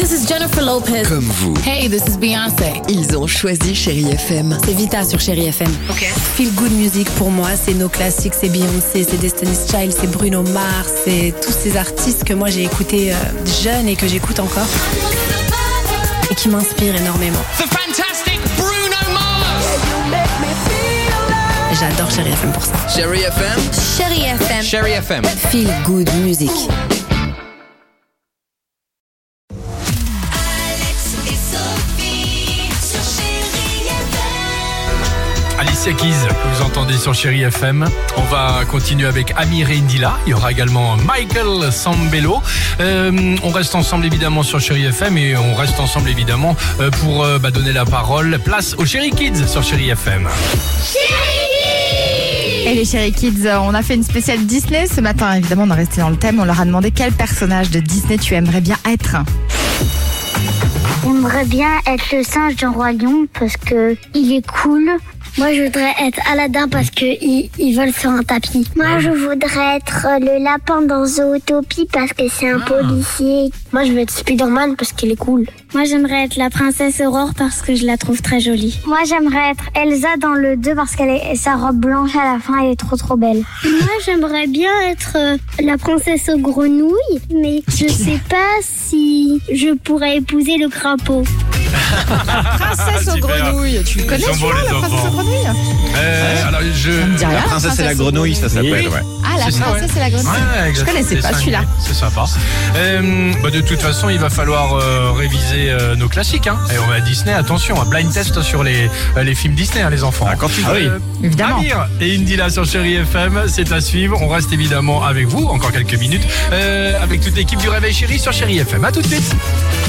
this is Jennifer Lopez. Comme vous. Hey, this is Beyoncé. Ils ont choisi Chérie FM. C'est Vita sur Chérie FM. Ok. Feel Good Music pour moi, c'est nos classiques, c'est Beyoncé, c'est Destiny's Child, c'est Bruno Mars, c'est tous ces artistes que moi j'ai écoutés jeune et que j'écoute encore et qui m'inspirent énormément. The fantastic Bruno Mars. J'adore Chérie FM pour ça. Chérie FM. Chérie FM. Chérie FM. Feel Good Music. Alicia Keys, que vous entendez sur Chérie FM. On va continuer avec Amir et Indila. Il y aura également Michael Sambello. On reste ensemble évidemment sur Chérie FM et on reste ensemble évidemment pour donner la parole. Place aux Chérie Kids sur Chérie FM. Et les Chérie Kids, on a fait une spéciale Disney ce matin. Évidemment, on est resté dans le thème. On leur a demandé quel personnage de Disney tu aimerais bien être. J'aimerais bien être le singe du Roi Lion parce que il est cool. Moi, je voudrais être Aladdin parce que il vole sur un tapis. Moi, je voudrais être le lapin dans Zootopie parce que c'est un policier. Moi, je veux être Spider-Man parce qu'il est cool. Moi, j'aimerais être la princesse Aurore parce que je la trouve très jolie. Moi, j'aimerais être Elsa dans le 2 parce sa robe blanche à la fin, elle est trop belle. Moi, j'aimerais bien être la princesse aux grenouilles, mais je sais pas si je pourrais épouser le crapaud. Princesse aux grenouilles. Tu le connais, Ils sont beaux, celui-là, les la princesse aux enfants. grenouilles? Alors Ça me dit rien, La princesse et la grenouille, ça s'appelle, ouais. Ah, la C'est ça, princesse et la grenouille. Ouais, Je connaissais pas celui-là. C'est sympa. De toute façon, il va falloir réviser nos classiques. Hein. Et on va à Disney, attention, un blind test sur les films Disney, hein, les enfants. Ah, quand tu veux. Évidemment. Amir et Indila sur Chérie FM, c'est à suivre. On reste évidemment avec vous, encore quelques minutes, avec toute l'équipe du Réveil Chérie sur Chérie FM. À tout de suite.